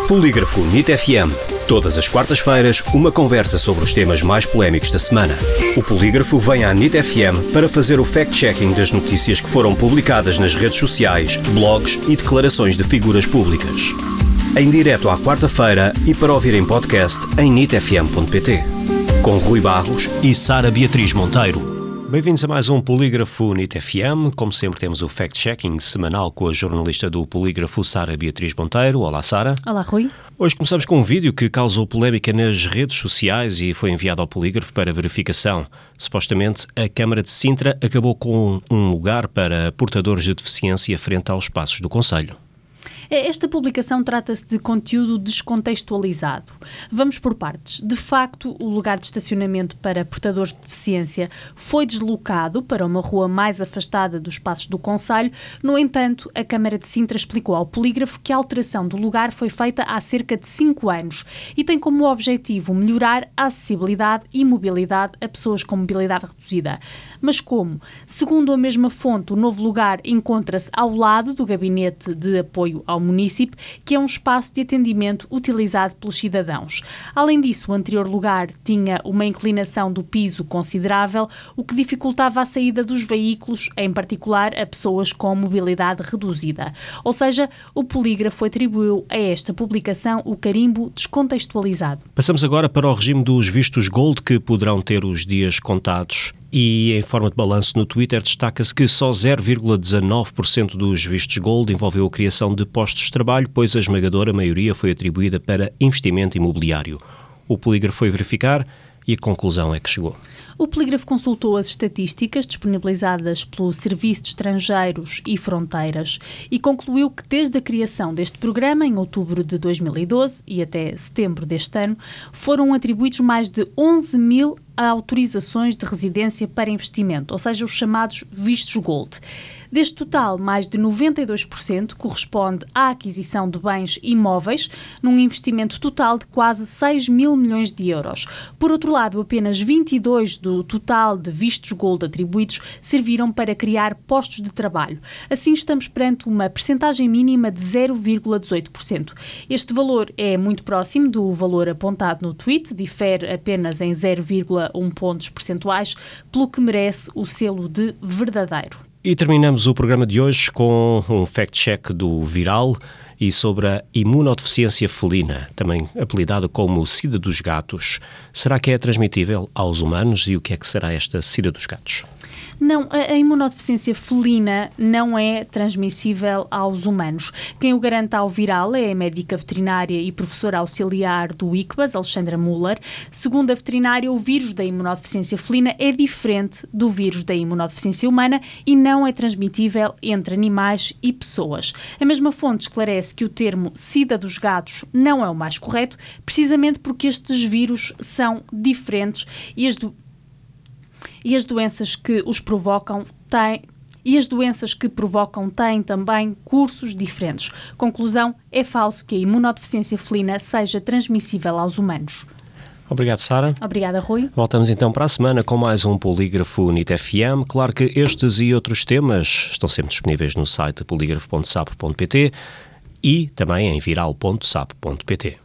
Polígrafo NIT FM. Todas as quartas-feiras, uma conversa sobre os temas mais polémicos da semana. O Polígrafo vem à NIT FM para fazer o fact-checking das notícias que foram publicadas nas redes sociais, blogs e declarações de figuras públicas. Em direto à quarta-feira e para ouvir em podcast em nitfm.pt. Com Rui Barros e Sara Beatriz Monteiro. Bem-vindos a mais um Polígrafo NIT FM. Como sempre temos o fact-checking semanal com a jornalista do Polígrafo, Sara Beatriz Monteiro. Olá, Sara. Olá, Rui. Hoje começamos com um vídeo que causou polémica nas redes sociais e foi enviado ao Polígrafo para verificação. Supostamente, a Câmara de Sintra acabou com um lugar para portadores de deficiência frente aos espaços do concelho. Esta publicação trata-se de conteúdo descontextualizado. Vamos por partes. De facto, o lugar de estacionamento para portadores de deficiência foi deslocado para uma rua mais afastada dos espaços do concelho. No entanto, a Câmara de Sintra explicou ao Polígrafo que a alteração do lugar foi feita há cerca de 5 anos e tem como objetivo melhorar a acessibilidade e mobilidade a pessoas com mobilidade reduzida. Mas como? Segundo a mesma fonte, o novo lugar encontra-se ao lado do Gabinete de Apoio ao município, que é um espaço de atendimento utilizado pelos cidadãos. Além disso, o anterior lugar tinha uma inclinação do piso considerável, o que dificultava a saída dos veículos, em particular a pessoas com mobilidade reduzida. Ou seja, o Polígrafo atribuiu a esta publicação o carimbo descontextualizado. Passamos agora para o regime dos vistos Gold, que poderão ter os dias contados. E, em forma de balanço no Twitter, destaca-se que só 0,19% dos vistos Gold envolveu a criação de postos de trabalho, pois a esmagadora maioria foi atribuída para investimento imobiliário. O Polígrafo foi verificar e a conclusão é que chegou. O Polígrafo consultou as estatísticas disponibilizadas pelo Serviço de Estrangeiros e Fronteiras e concluiu que desde a criação deste programa, em outubro de 2012 e até setembro deste ano, foram atribuídos mais de 11 mil autorizações de residência para investimento, ou seja, os chamados vistos Gold. Deste total, mais de 92% corresponde à aquisição de bens imóveis, num investimento total de quase 6 mil milhões de euros. Por outro lado, apenas 22 do total de vistos Gold atribuídos serviram para criar postos de trabalho. Assim, estamos perante uma percentagem mínima de 0,18%. Este valor é muito próximo do valor apontado no tweet, difere apenas em 0,1 pontos percentuais, pelo que merece o selo de verdadeiro. E terminamos o programa de hoje com um fact-check do Viral e sobre a imunodeficiência felina, também apelidada como sida dos gatos. Será que é transmitível aos humanos e o que é que será esta sida dos gatos? Não, a imunodeficiência felina não é transmissível aos humanos. Quem o garante ao Viral é a médica veterinária e professora auxiliar do ICBAS, Alexandra Müller. Segundo a veterinária, o vírus da imunodeficiência felina é diferente do vírus da imunodeficiência humana e não é transmitível entre animais e pessoas. A mesma fonte esclarece que o termo sida dos gatos não é o mais correto, precisamente porque estes vírus são diferentes e as doenças que os provocam têm também cursos diferentes. Conclusão, é falso que a imunodeficiência felina seja transmissível aos humanos. Obrigado, Sara. Obrigada, Rui. Voltamos então para a semana com mais um Polígrafo NIT FM. Claro que estes e outros temas estão sempre disponíveis no site polígrafo.sap.pt e também em viral.sap.pt.